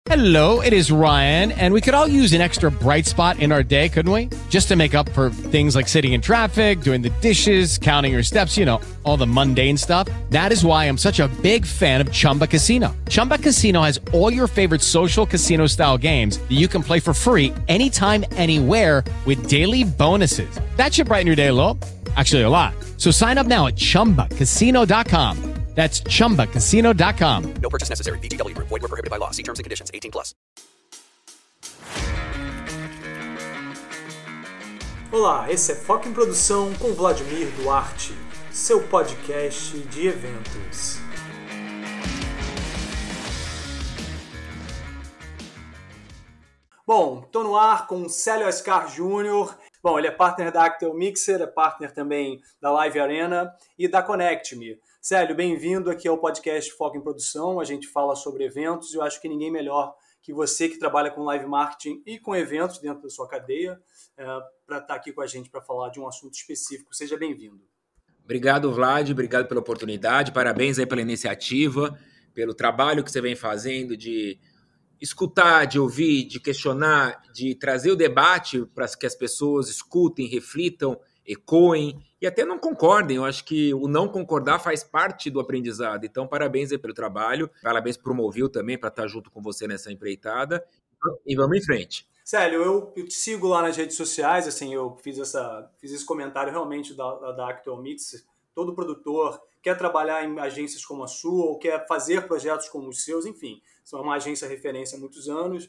Hello, it is Ryan, and we could all use an extra bright spot in our day, couldn't we? Just to make up for things like sitting in traffic, doing the dishes, counting your steps, you know, all the mundane stuff. That is why I'm such a big fan of Chumba Casino. Chumba Casino has all your favorite social casino-style games that you can play for free anytime, anywhere with daily bonuses. That should brighten your day a little. Actually, a lot. So sign up now at ChumbaCasino.com. That's ChumbaCasino.com. No purchase necessary. VGW Group. Void where prohibited by law. See terms and conditions. 18+. Olá, esse é Foco em Produção com Vladimir Duarte, seu podcast de eventos. Bom, estou no ar com Célio Ascar Jr. Bom, ele é partner da Actel Mixer, é partner também da Live Arena e da Connect Me. Célio, bem-vindo aqui ao podcast Foco em Produção. A gente fala sobre eventos e eu acho que ninguém melhor que você que trabalha com live marketing e com eventos dentro da sua cadeia para estar aqui com a gente para falar de um assunto específico. Seja bem-vindo. Obrigado, Vlad. Obrigado pela oportunidade. Parabéns aí pela iniciativa, pelo trabalho que você vem fazendo de escutar, de ouvir, de questionar, de trazer o debate para que as pessoas escutem, reflitam, ecoem e até não concordem. Eu acho que o não concordar faz parte do aprendizado. Então, parabéns aí pelo trabalho. Parabéns para o Movil também, para estar junto com você nessa empreitada. E vamos em frente. Célio, eu te sigo lá nas redes sociais, assim, eu fiz esse comentário realmente da Actel Mix. Todo produtor quer trabalhar em agências como a sua ou quer fazer projetos como os seus, enfim. São uma agência referência há muitos anos.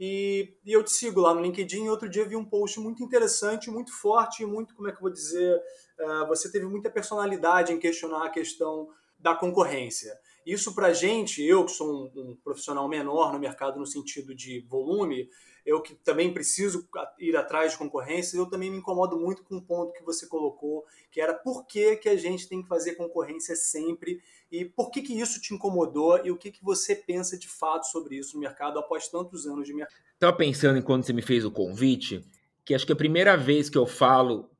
E eu te sigo lá no LinkedIn e outro dia vi um post muito interessante, muito forte, muito, como é que eu vou dizer, você teve muita personalidade em questionar a questão da concorrência. Isso pra gente, eu que sou um profissional menor no mercado no sentido de volume, eu que também preciso ir atrás de concorrência, eu também me incomodo muito com o ponto que você colocou, que era por que a gente tem que fazer concorrência sempre e por que isso te incomodou e o que você pensa de fato sobre isso no mercado após tantos anos de mercado. Estava pensando em quando você me fez o convite, que acho que é a primeira vez que eu falo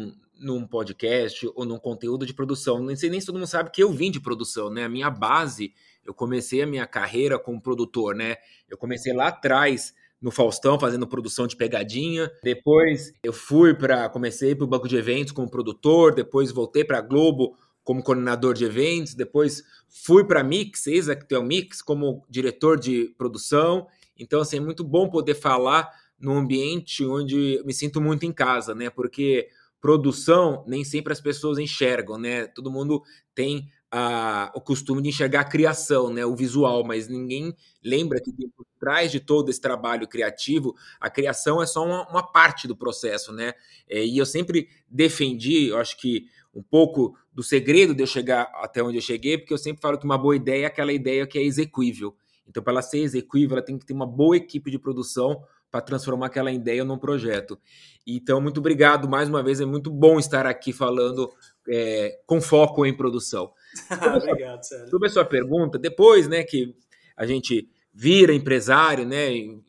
num podcast ou num conteúdo de produção. Não sei nem se todo mundo sabe que eu vim de produção, né? A minha base, eu comecei a minha carreira como produtor, né? Eu comecei lá atrás no Faustão, fazendo produção de pegadinha. Depois eu comecei para o banco de eventos como produtor, depois voltei para a Globo como coordenador de eventos, depois fui para a Mix, ex-Actel Mix, como diretor de produção. Então, assim, é muito bom poder falar num ambiente onde eu me sinto muito em casa, né? Porque produção nem sempre as pessoas enxergam, né? Todo mundo tem o costume de enxergar a criação, né? O visual, mas ninguém lembra que por trás de todo esse trabalho criativo, a criação é só uma parte do processo, né? E eu sempre defendi, eu acho que um pouco do segredo de eu chegar até onde eu cheguei, porque eu sempre falo que uma boa ideia é aquela ideia que é execuível. Então, para ela ser execuível, ela tem que ter uma boa equipe de produção para transformar aquela ideia num projeto. Então, muito obrigado mais uma vez. É muito bom estar aqui falando com foco em produção. Obrigado, Sérgio. Sobre a sua pergunta, depois, né, que a gente vira empresário, né,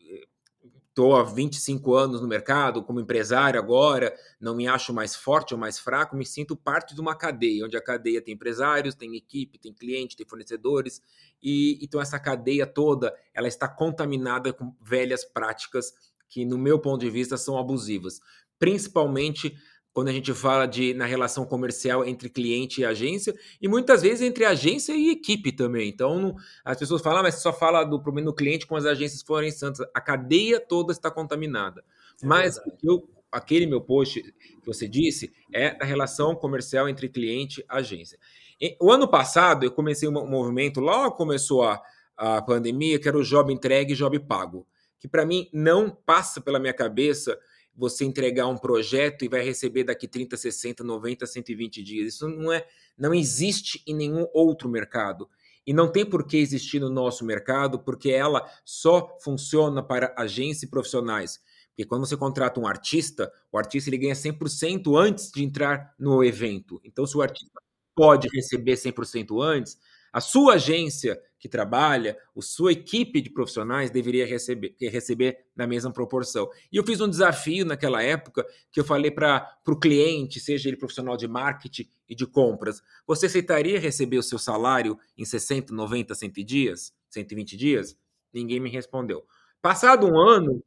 estou há 25 anos no mercado como empresário agora, não me acho mais forte ou mais fraco, me sinto parte de uma cadeia, onde a cadeia tem empresários, tem equipe, tem cliente, tem fornecedores, e então essa cadeia toda, ela está contaminada com velhas práticas que, no meu ponto de vista, são abusivas, principalmente quando a gente fala na relação comercial entre cliente e agência, e muitas vezes entre agência e equipe também. Então, as pessoas falam, mas você só fala do problema do cliente com as agências forem santas. A cadeia toda está contaminada. Mas aquele meu post que você disse é da relação comercial entre cliente e agência. O ano passado, eu comecei um movimento, logo começou a pandemia, que era o Job Entregue e Job Pago, que para mim não passa pela minha cabeça você entregar um projeto e vai receber daqui 30, 60, 90, 120 dias. Isso não existe em nenhum outro mercado. E não tem por que existir no nosso mercado, porque ela só funciona para agências e profissionais. Porque quando você contrata um artista, o artista ele ganha 100% antes de entrar no evento. Então, se o artista pode receber 100% antes, a sua agência que trabalha, a sua equipe de profissionais deveria receber na mesma proporção. E eu fiz um desafio naquela época que eu falei para o cliente, seja ele profissional de marketing e de compras, você aceitaria receber o seu salário em 60, 90, 100 dias? 120 dias? Ninguém me respondeu. Passado um ano,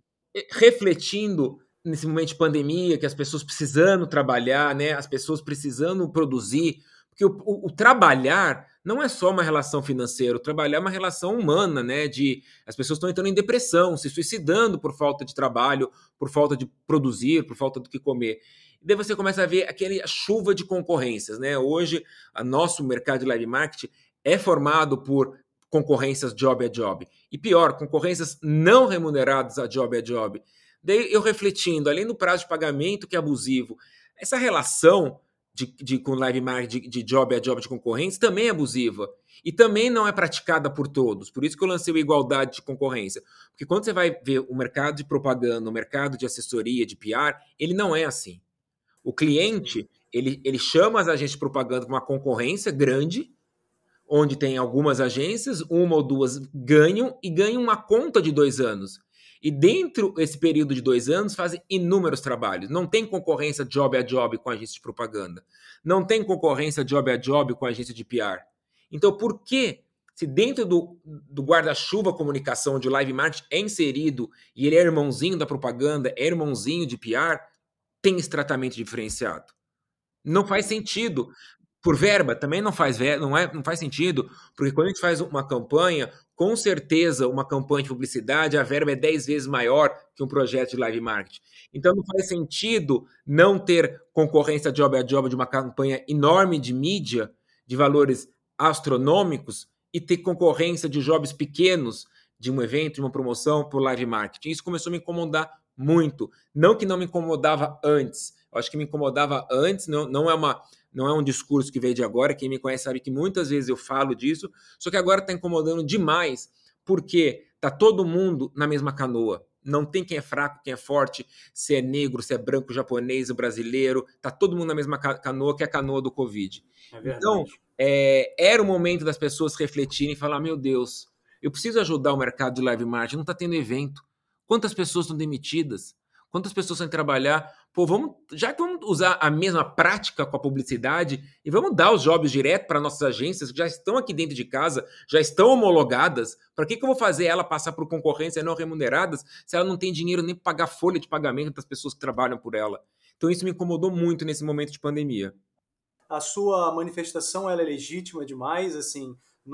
refletindo nesse momento de pandemia, que as pessoas precisando trabalhar, né? As pessoas precisando produzir, porque o trabalhar não é só uma relação financeira, o trabalhar é uma relação humana, né? As pessoas estão entrando em depressão, se suicidando por falta de trabalho, por falta de produzir, por falta do que comer. E daí você começa a ver aquela chuva de concorrências, né? Hoje, o nosso mercado de live marketing é formado por concorrências job a job. E pior, concorrências não remuneradas a job. Daí eu refletindo, além do prazo de pagamento que é abusivo, essa relação com live marketing de job a job de concorrência também é abusiva. E também não é praticada por todos. Por isso que eu lancei a igualdade de concorrência. Porque quando você vai ver o mercado de propaganda, o mercado de assessoria, de PR, ele não é assim. O cliente, ele chama as agências de propaganda para uma concorrência grande, onde tem algumas agências, uma ou duas ganham uma conta de 2 anos. E dentro desse período de 2 anos fazem inúmeros trabalhos. Não tem concorrência job a job com a agência de propaganda. Não tem concorrência job a job com a agência de PR. Então, por que, se dentro do guarda-chuva comunicação onde o live marketing é inserido e ele é irmãozinho da propaganda, é irmãozinho de PR, tem esse tratamento diferenciado? Não faz sentido. Por verba, também não faz sentido, porque quando a gente faz uma campanha, com certeza uma campanha de publicidade, a verba é 10 vezes maior que um projeto de live marketing. Então não faz sentido não ter concorrência job a job de uma campanha enorme de mídia, de valores astronômicos, e ter concorrência de jobs pequenos, de um evento, de uma promoção, por live marketing. Isso começou a me incomodar muito. Não que não me incomodava antes. Eu acho que me incomodava antes, não é um discurso que veio de agora. Quem me conhece sabe que muitas vezes eu falo disso, só que agora está incomodando demais, porque está todo mundo na mesma canoa. Não tem quem é fraco, quem é forte, se é negro, se é branco, japonês, brasileiro. Está todo mundo na mesma canoa, que é a canoa do Covid. Então, era o momento das pessoas refletirem e falar, meu Deus, eu preciso ajudar o mercado de live marketing, não está tendo evento. Quantas pessoas estão demitidas? Quantas pessoas vão trabalhar? Pô, vamos usar a mesma prática com a publicidade e vamos dar os jobs direto para nossas agências que já estão aqui dentro de casa, já estão homologadas. Para que eu vou fazer ela passar por concorrência não remuneradas se ela não tem dinheiro nem para pagar folha de pagamento das pessoas que trabalham por ela? Então isso me incomodou muito nesse momento de pandemia. A sua manifestação ela é legítima demais, assim,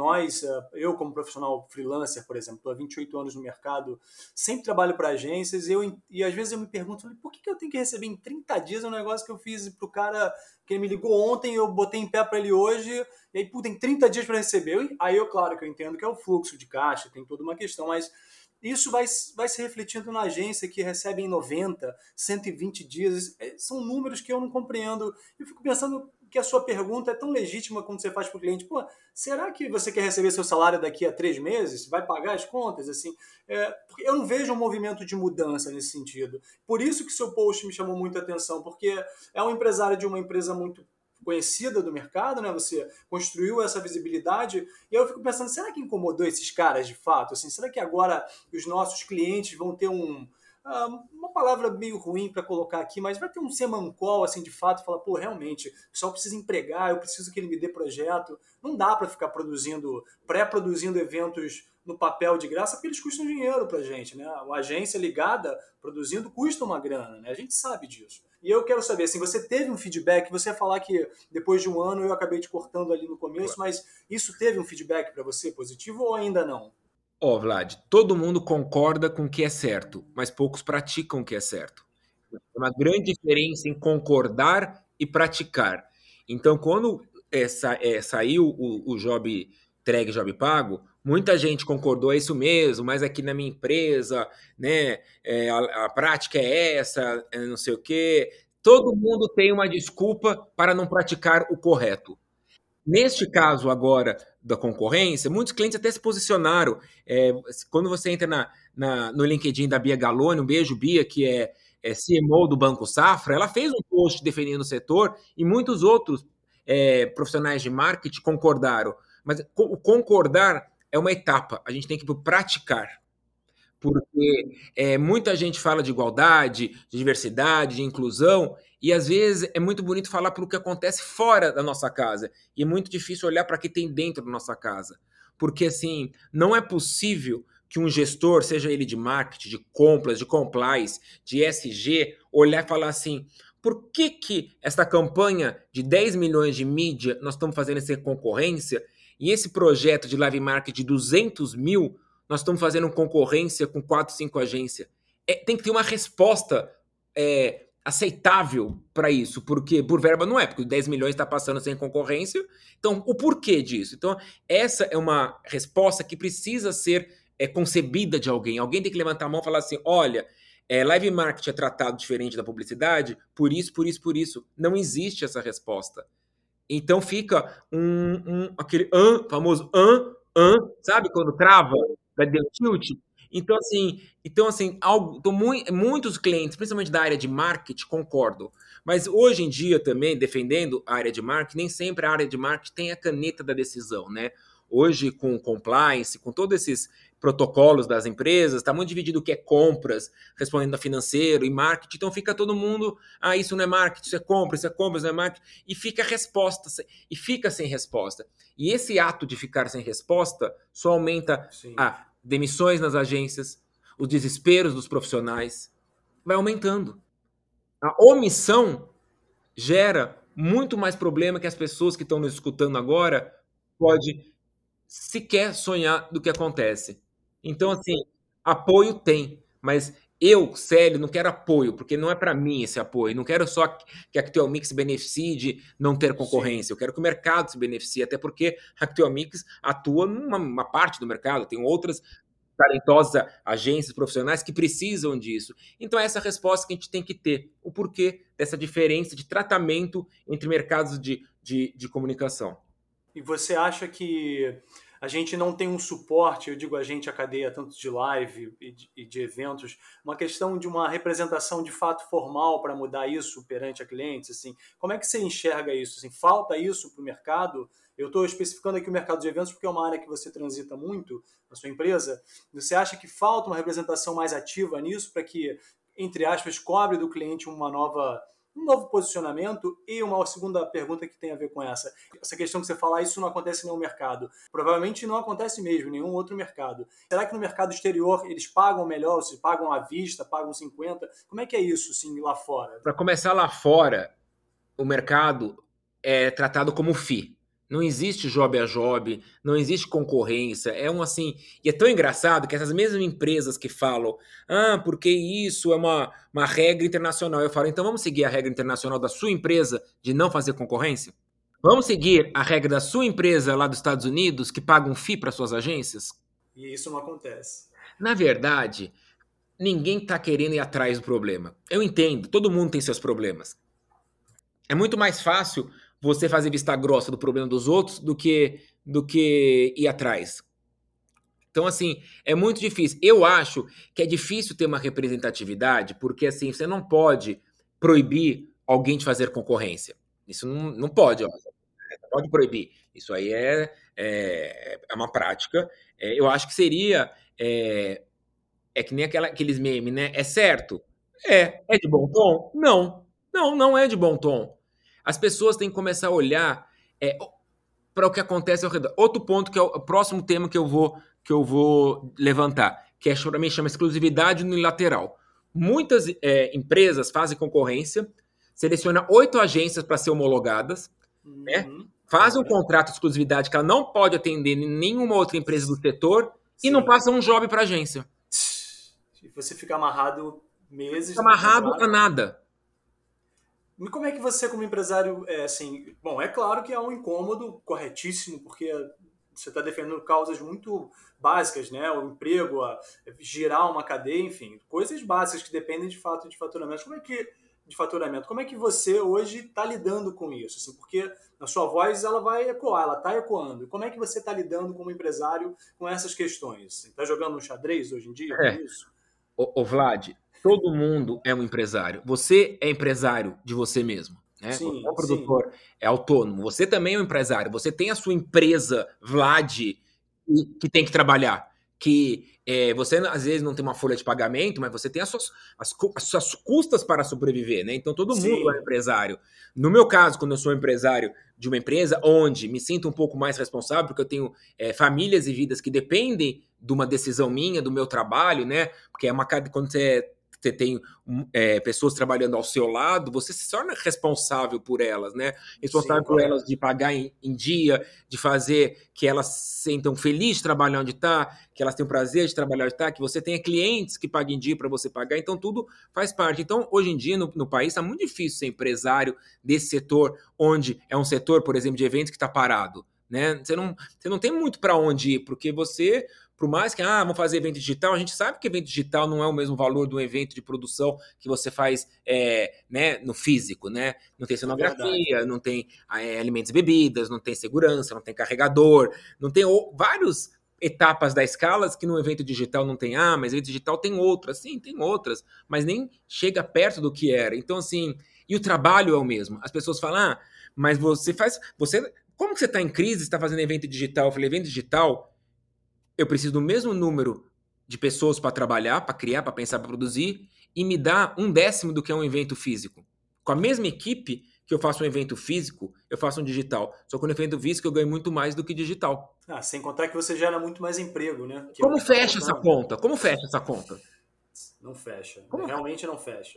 eu como profissional freelancer, por exemplo, estou há 28 anos no mercado, sempre trabalho para agências e às vezes eu me pergunto, por que eu tenho que receber em 30 dias um negócio que eu fiz para o cara que ele me ligou ontem, eu botei em pé para ele hoje, e aí, tem 30 dias para receber. Aí, claro que eu entendo que é o fluxo de caixa, tem toda uma questão, mas isso vai se refletindo na agência que recebe em 90, 120 dias. São números que eu não compreendo. Eu fico pensando que a sua pergunta é tão legítima quando você faz para o cliente. Pô, será que você quer receber seu salário daqui a 3 meses? Vai pagar as contas? Assim, porque eu não vejo um movimento de mudança nesse sentido. Por isso que seu post me chamou muita atenção, porque é um empresário de uma empresa muito conhecida do mercado, né? Você construiu essa visibilidade, e aí eu fico pensando, será que incomodou esses caras de fato? Assim, será que agora os nossos clientes vão ter uma palavra meio ruim para colocar aqui, mas vai ter um semancol, assim, de fato, falar, pô, realmente, o pessoal precisa empregar, eu preciso que ele me dê projeto. Não dá para ficar pré-produzindo eventos no papel de graça, porque eles custam dinheiro pra gente, né? Uma agência ligada, produzindo, custa uma grana, né? A gente sabe disso. E eu quero saber, assim, você teve um feedback, você ia falar que depois de um ano eu acabei te cortando ali no começo, mas isso teve um feedback para você positivo ou ainda não? Vlad, todo mundo concorda com o que é certo, mas poucos praticam o que é certo. Tem uma grande diferença em concordar e praticar. Então, quando saiu o Job Entregue, Job Pago, muita gente concordou, é isso mesmo, mas aqui na minha empresa, né, a prática é essa, não sei o quê. Todo mundo tem uma desculpa para não praticar o correto. Neste caso agora da concorrência, muitos clientes até se posicionaram. Quando você entra no LinkedIn da Bia Galoni, um beijo, Bia, que é CMO do Banco Safra, ela fez um post defendendo o setor e muitos outros profissionais de marketing concordaram. Mas o concordar é uma etapa, a gente tem que praticar. Porque muita gente fala de igualdade, de diversidade, de inclusão, e às vezes é muito bonito falar pelo que acontece fora da nossa casa, e é muito difícil olhar para o que tem dentro da nossa casa. Porque, assim, não é possível que um gestor, seja ele de marketing, de compras, de compliance, de ESG, olhar e falar assim, por que essa campanha de 10 milhões de mídia nós estamos fazendo sem concorrência e esse projeto de live marketing de 200 mil nós estamos fazendo concorrência com 4, 5 agências? Tem que ter uma resposta aceitável para isso, porque por verba não é, porque 10 milhões está passando sem concorrência, então o porquê disso? Então essa é uma resposta que precisa ser concebida de alguém. Alguém tem que levantar a mão e falar assim, olha, live marketing é tratado diferente da publicidade, por isso, por isso, por isso. Não existe essa resposta. Então fica aquele famoso sabe quando trava, vai dar tilt? Então assim, muitos clientes, principalmente da área de marketing, concordam. Mas hoje em dia também, defendendo a área de marketing, nem sempre a área de marketing tem a caneta da decisão, né? Hoje, com compliance, com todos esses protocolos das empresas, está muito dividido o que é compras, respondendo a financeiro e marketing, então fica todo mundo, isso não é marketing, isso é compra, isso não é marketing, e fica sem resposta. E esse ato de ficar sem resposta só aumenta demissões nas agências, os desesperos dos profissionais, vai aumentando. A omissão gera muito mais problema que as pessoas que estão nos escutando agora podem sequer sonhar do que acontece. Então, assim, apoio tem, mas eu, Célio, não quero apoio, porque não é para mim esse apoio. Não quero só que a Acteo Mix se beneficie de não ter concorrência. Eu quero que o mercado se beneficie, até porque a Acteo Mix atua numa parte do mercado, tem outras talentosas agências profissionais que precisam disso. Então, essa resposta que a gente tem que ter. O porquê dessa diferença de tratamento entre mercados de comunicação. E você acha que a gente não tem um suporte, eu digo a gente, a cadeia, tanto de live e de eventos, uma questão de uma representação de fato formal para mudar isso perante a clientes? Assim, como é que você enxerga isso? Assim, falta isso para o mercado? Eu estou especificando aqui o mercado de eventos porque é uma área que você transita muito na sua empresa. Você acha que falta uma representação mais ativa nisso para que, entre aspas, cobre do cliente um novo posicionamento? E uma segunda pergunta que tem a ver com essa questão que você fala, isso não acontece em nenhum mercado. Provavelmente não acontece mesmo em nenhum outro mercado. Será que no mercado exterior eles pagam melhor, se pagam à vista, pagam 50? Como é que é isso, assim, lá fora? Para começar, lá fora, o mercado é tratado como FII. Não existe job a job, não existe concorrência. E é tão engraçado que essas mesmas empresas que falam, porque isso é uma regra internacional. Eu falo, então vamos seguir a regra internacional da sua empresa de não fazer concorrência? Vamos seguir a regra da sua empresa lá dos Estados Unidos, que paga um FII para suas agências? E isso não acontece. Na verdade, ninguém está querendo ir atrás do problema. Eu entendo, todo mundo tem seus problemas. É muito mais fácil você fazer vista grossa do problema dos outros do que ir atrás. Então, assim, é muito difícil. Eu acho que é difícil ter uma representatividade, porque, assim, você não pode proibir alguém de fazer concorrência. Isso não pode, você pode proibir. Isso aí é uma prática. Eu acho que seria... que nem aqueles memes, né? É certo? É de bom tom? Não é de bom tom. As pessoas têm que começar a olhar para o que acontece ao redor. Outro ponto, que é o próximo tema que eu vou levantar, que para mim chama exclusividade unilateral. Muitas empresas fazem concorrência, seleciona 8 agências para ser homologadas, né? Fazem um contrato de exclusividade que ela não pode atender nenhuma outra empresa do setor e não passa um job para a agência. E você fica amarrado meses... Fica amarrado a nada. E como é que você, como empresário, Bom, é claro que é um incômodo corretíssimo, porque você está defendendo causas muito básicas, né? O emprego, girar uma cadeia, enfim, coisas básicas que dependem de fato de faturamento. Como é que você hoje está lidando com isso? Assim, porque a sua voz ela vai ecoar, ela está ecoando. Como é que você está lidando como empresário com essas questões? Está jogando um xadrez hoje em dia com isso? Ô Vlad, todo mundo é um empresário. Você é empresário de você mesmo, né? Sim, você é um produtor, é autônomo. Você também é um empresário. Você tem a sua empresa, Vlad, que tem que trabalhar. Você, às vezes, não tem uma folha de pagamento, mas você tem as suas custas para sobreviver, né? Então, todo mundo é empresário. No meu caso, quando eu sou empresário de uma empresa, onde me sinto um pouco mais responsável, porque eu tenho famílias e vidas que dependem de uma decisão minha, do meu trabalho, né? Porque quando você tem pessoas trabalhando ao seu lado, você se torna responsável por elas, né? Responsável Sim, por correto. elas de pagar em dia, de fazer que elas se sintam felizes de trabalhar onde está, que elas tenham prazer de trabalhar onde está, que você tenha clientes que paguem em dia para você pagar. Então, tudo faz parte. Então, hoje em dia, no país, está muito difícil ser empresário desse setor, onde é um setor, por exemplo, de eventos que está parado, né? Você não tem muito para onde ir, porque você... Por mais que, vamos fazer evento digital, a gente sabe que evento digital não é o mesmo valor de um evento de produção que você faz né, no físico, né? Não tem cenografia, não tem alimentos e bebidas, não tem segurança, não tem carregador, não tem várias etapas da escala que no evento digital não tem. Mas evento digital tem outras. Sim, tem outras, mas nem chega perto do que era. Então, assim, e o trabalho é o mesmo. As pessoas falam, mas como que você está em crise, está fazendo evento digital? Eu falei, evento digital... Eu preciso do mesmo número de pessoas para trabalhar, para criar, para pensar, para produzir, e me dá 1/10 do que é um evento físico. Com a mesma equipe que eu faço um evento físico, eu faço um digital. Só que no evento físico eu ganho muito mais do que digital. Sem contar que você gera muito mais emprego, né? Como fecha essa conta? Como fecha essa conta? Não fecha. Realmente não fecha.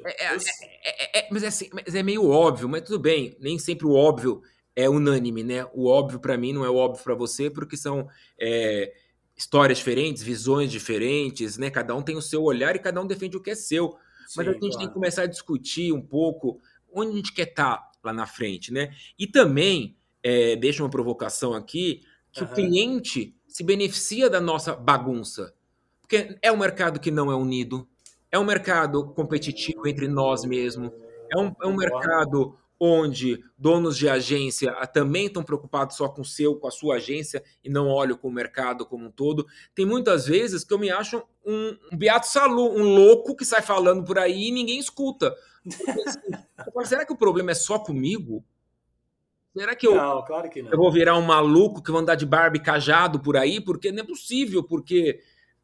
Mas é meio óbvio, mas tudo bem. Nem sempre o óbvio é unânime, né? O óbvio para mim não é o óbvio para você, porque são... histórias diferentes, visões diferentes, né? Cada um tem o seu olhar e cada um defende o que é seu. Mas a gente tem que começar a discutir um pouco onde a gente quer estar lá na frente, né? E também, deixa uma provocação aqui, que o cliente se beneficia da nossa bagunça. Porque é um mercado que não é unido, é um mercado competitivo entre nós mesmos, é um mercado onde donos de agência também estão preocupados só com a sua agência e não olham com o mercado como um todo. Tem muitas vezes que eu me acho um beato salu, um louco que sai falando por aí e ninguém escuta. Eu falo, será que o problema é só comigo? Será que Não, claro que não. eu vou virar um maluco que vai andar de barba e cajado por aí? Porque não é possível, porque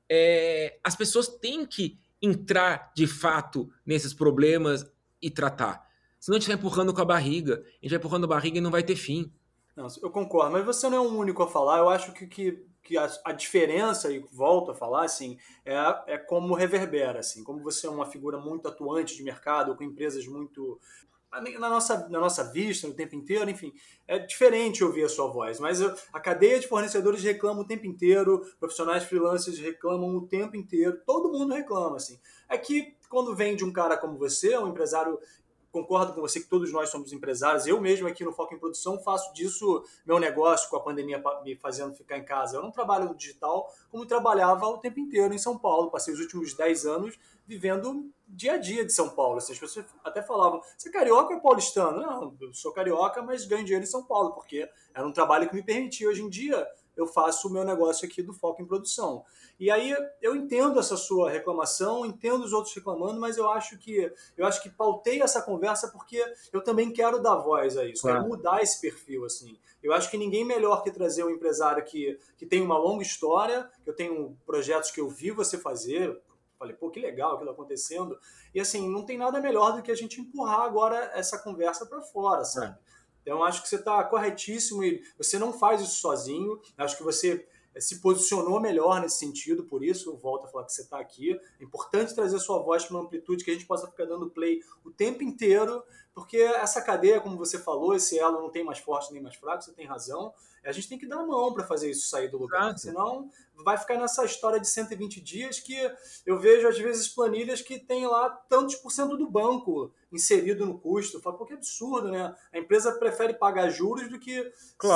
as pessoas têm que entrar de fato nesses problemas e tratar. Senão a gente vai empurrando com a barriga. A gente vai empurrando a barriga e não vai ter fim. Não, eu concordo, mas você não é o único a falar. Eu acho que a diferença, e volto a falar, assim, é como reverbera, assim. Como você é uma figura muito atuante de mercado, com empresas muito... Na nossa vista, o tempo inteiro, enfim, é diferente ouvir a sua voz, mas a cadeia de fornecedores reclama o tempo inteiro, profissionais freelancers reclamam o tempo inteiro, todo mundo reclama, assim. É que quando vem de um cara como você, um empresário, concordo com você que todos nós somos empresários, eu mesmo aqui no Foco em Produção faço disso meu negócio com a pandemia me fazendo ficar em casa. Eu não trabalho no digital como trabalhava o tempo inteiro em São Paulo, passei os últimos 10 anos vivendo dia a dia de São Paulo. As pessoas até falavam, você é carioca ou é paulistano? Não, eu sou carioca, mas ganho dinheiro em São Paulo, porque era um trabalho que me permitia. Hoje em dia, eu faço o meu negócio aqui do Foco em Produção. E aí, eu entendo essa sua reclamação, entendo os outros reclamando, mas eu acho que pautei essa conversa porque eu também quero dar voz a isso, quero mudar esse perfil, assim. Eu acho que ninguém melhor que trazer um empresário que tem uma longa história, que eu tenho projetos que eu vi você fazer. Falei, pô, que legal aquilo acontecendo. E assim, não tem nada melhor do que a gente empurrar agora essa conversa para fora, sabe? Então, acho que você está corretíssimo e você não faz isso sozinho. Acho que você se posicionou melhor nesse sentido, por isso eu volto a falar que você está aqui. É importante trazer a sua voz para uma amplitude que a gente possa ficar dando play o tempo inteiro, porque essa cadeia, como você falou, esse elo não tem mais forte nem mais fraco, você tem razão. A gente tem que dar a mão para fazer isso sair do lugar, senão vai ficar nessa história de 120 dias que eu vejo, às vezes, planilhas que tem lá tantos por cento do banco inserido no custo. Eu falo, pô, que absurdo, né? A empresa prefere pagar juros do que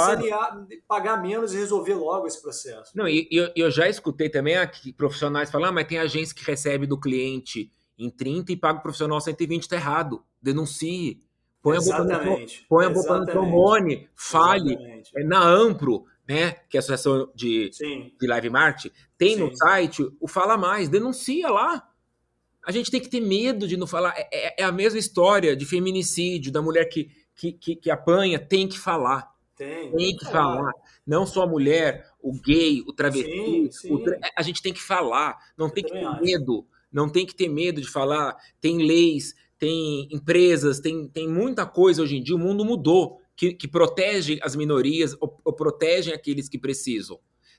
pagar menos e resolver logo esse processo. Não, e eu já escutei também aqui profissionais falar, mas tem agência que recebe do cliente em 30 e paga o profissional 120, tá errado. Denuncie. Põe a boca no trombone, fale. Na Ampro, né, que é a Associação de Live Marketing, tem no site o Fala Mais, denuncia lá. A gente tem que ter medo de não falar. É a mesma história de feminicídio, da mulher que apanha, tem que falar. Tem que falar. Não só a mulher, o gay, o travesti. A gente tem que falar. Não tem que ter medo. Não tem que ter medo de falar. Tem leis, tem empresas, tem muita coisa hoje em dia. O mundo mudou, que protege as minorias ou protegem aqueles que precisam.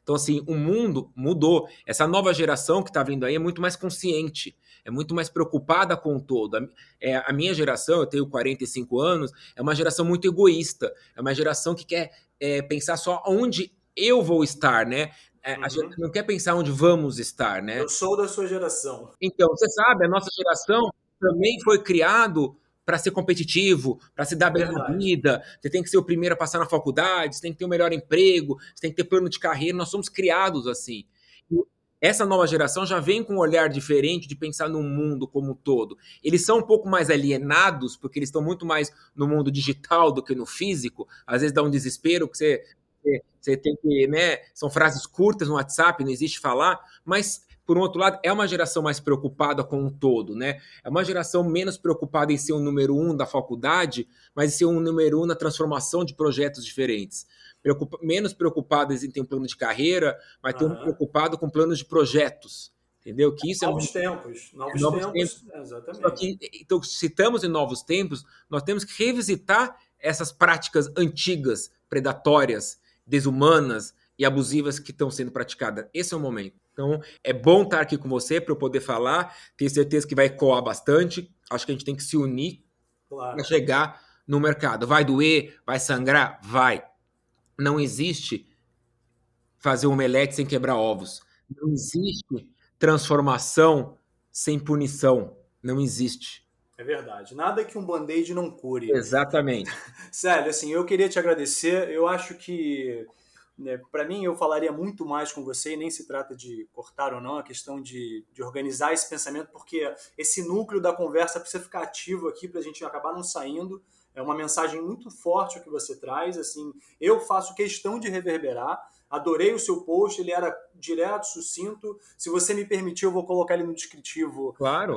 Então, assim, o mundo mudou. Essa nova geração que está vindo aí é muito mais consciente, é muito mais preocupada com o todo. A minha geração, eu tenho 45 anos, é uma geração muito egoísta, é uma geração que quer pensar só onde eu vou estar, né? A gente não quer pensar onde vamos estar, né? Eu sou da sua geração. Então, você sabe, a nossa geração também foi criado para ser competitivo, para se dar bem na vida. Você tem que ser o primeiro a passar na faculdade, você tem que ter o melhor emprego, você tem que ter plano de carreira. Nós somos criados assim. E essa nova geração já vem com um olhar diferente de pensar no mundo como um todo. Eles são um pouco mais alienados, porque eles estão muito mais no mundo digital do que no físico. Às vezes dá um desespero que você tem que, né? São frases curtas no WhatsApp, não existe falar, mas por um outro lado, é uma geração mais preocupada com o todo, né? É uma geração menos preocupada em ser o número 1 da faculdade, mas em ser um número 1 na transformação de projetos diferentes. Menos preocupada em ter um plano de carreira, mas preocupado com planos de projetos. Entendeu? Que isso novos tempos. Exatamente. Só que, então, se estamos em novos tempos, nós temos que revisitar essas práticas antigas, predatórias, desumanas e abusivas que estão sendo praticadas. Esse é o momento. Então, é bom estar aqui com você para eu poder falar. Tenho certeza que vai ecoar bastante. Acho que a gente tem que se unir para chegar no mercado. Vai doer? Vai sangrar? Vai. Não existe fazer um omelete sem quebrar ovos. Não existe transformação sem punição. Não existe. É verdade. Nada que um band-aid não cure. Exatamente. Célio, assim, eu queria te agradecer. Eu acho que, né, para mim, eu falaria muito mais com você, e nem se trata de cortar ou não, a questão de organizar esse pensamento, porque esse núcleo da conversa precisa ficar ativo aqui para a gente acabar não saindo. É uma mensagem muito forte o que você traz. Assim, eu faço questão de reverberar. Adorei o seu post, ele era direto, sucinto. Se você me permitir, eu vou colocar ele no descritivo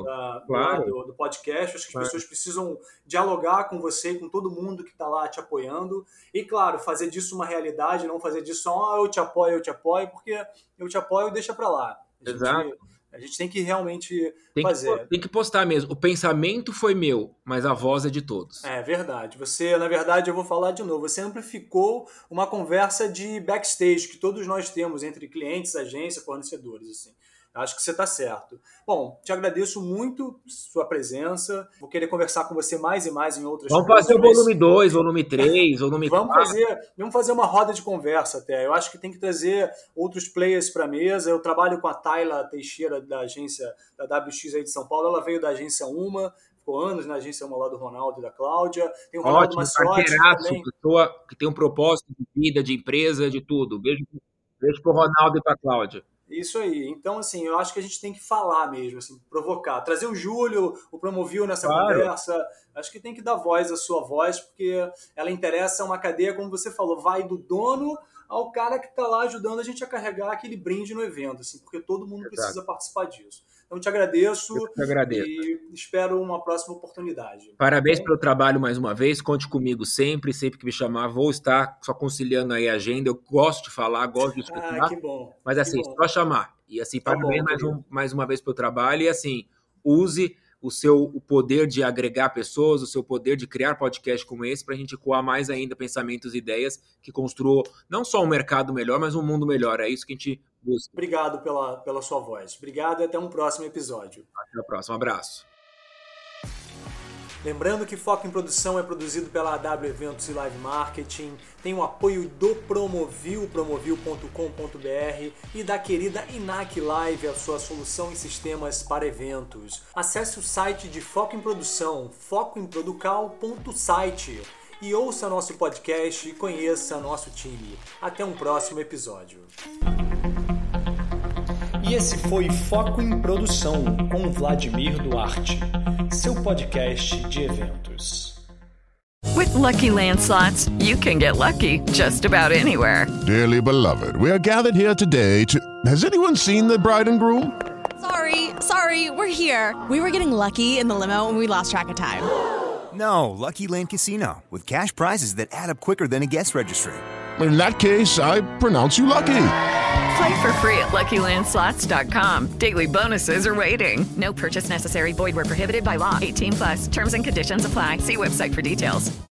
do podcast. Acho que as pessoas precisam dialogar com você e com todo mundo que está lá te apoiando. E, claro, fazer disso uma realidade, não fazer disso só eu te apoio, porque eu te apoio e deixa para lá. A gente tem que realmente fazer. Tem que postar mesmo. O pensamento foi meu, mas a voz é de todos. É verdade. Você, na verdade, eu vou falar de novo, você amplificou uma conversa de backstage que todos nós temos entre clientes, agência, fornecedores, assim. Acho que você está certo. Bom, te agradeço muito sua presença. Vou querer conversar com você mais e mais em outras coisas. Vamos fazer o volume 2, volume 3, volume 4. Vamos fazer uma roda de conversa até. Eu acho que tem que trazer outros players para a mesa. Eu trabalho com a Tayla Teixeira, da agência da WX aí de São Paulo. Ela veio da agência Uma, ficou anos na agência Uma lá do Ronaldo e da Cláudia. Tem o Ronaldo Maciotti também. Pessoa que tem um propósito de vida, de empresa, de tudo. Beijo pro Ronaldo e pra Cláudia. Isso aí. Então, assim, eu acho que a gente tem que falar mesmo, assim, provocar. Trazer o Júlio, o Promovil nessa conversa. Acho que tem que dar voz à sua voz, porque ela interessa uma cadeia, como você falou, vai do dono ao cara que está lá ajudando a gente a carregar aquele brinde no evento, assim, porque todo mundo precisa participar disso. Então, te agradeço. Eu te agradeço. E espero uma próxima oportunidade. Parabéns pelo trabalho mais uma vez. Conte comigo sempre que me chamar. Vou estar só conciliando aí a agenda. Eu gosto de falar, gosto de escutar. Que bom. Mas assim, só chamar. E assim, parabéns mais uma vez pelo trabalho. E assim, use o poder de agregar pessoas, o seu poder de criar podcast como esse para a gente ecoar mais ainda pensamentos e ideias que construam não só um mercado melhor, mas um mundo melhor. É isso que a gente busca. Obrigado pela sua voz. Obrigado e até um próximo episódio. Até a próxima. Um abraço. Lembrando que Foco em Produção é produzido pela AW Eventos e Live Marketing, tem o apoio do Promovil, promovil.com.br e da querida Inac Live, a sua solução em sistemas para eventos. Acesse o site de Foco em Produção, focoemproducal.site e ouça nosso podcast e conheça nosso time. Até um próximo episódio. E esse foi Foco em Produção com Vladimir Duarte, seu podcast de eventos. With Lucky Land Slots, you can get lucky just about anywhere. Dearly beloved, we are gathered here today to... Has anyone seen the bride and groom? Sorry, we're here. We were getting lucky in the limo and we lost track of time. No, Lucky Land Casino, with cash prizes that add up quicker than a guest registry. In that case, I pronounce you lucky. Play for free at LuckyLandSlots.com. Daily bonuses are waiting. No purchase necessary. Void where prohibited by law. 18+. Terms and conditions apply. See website for details.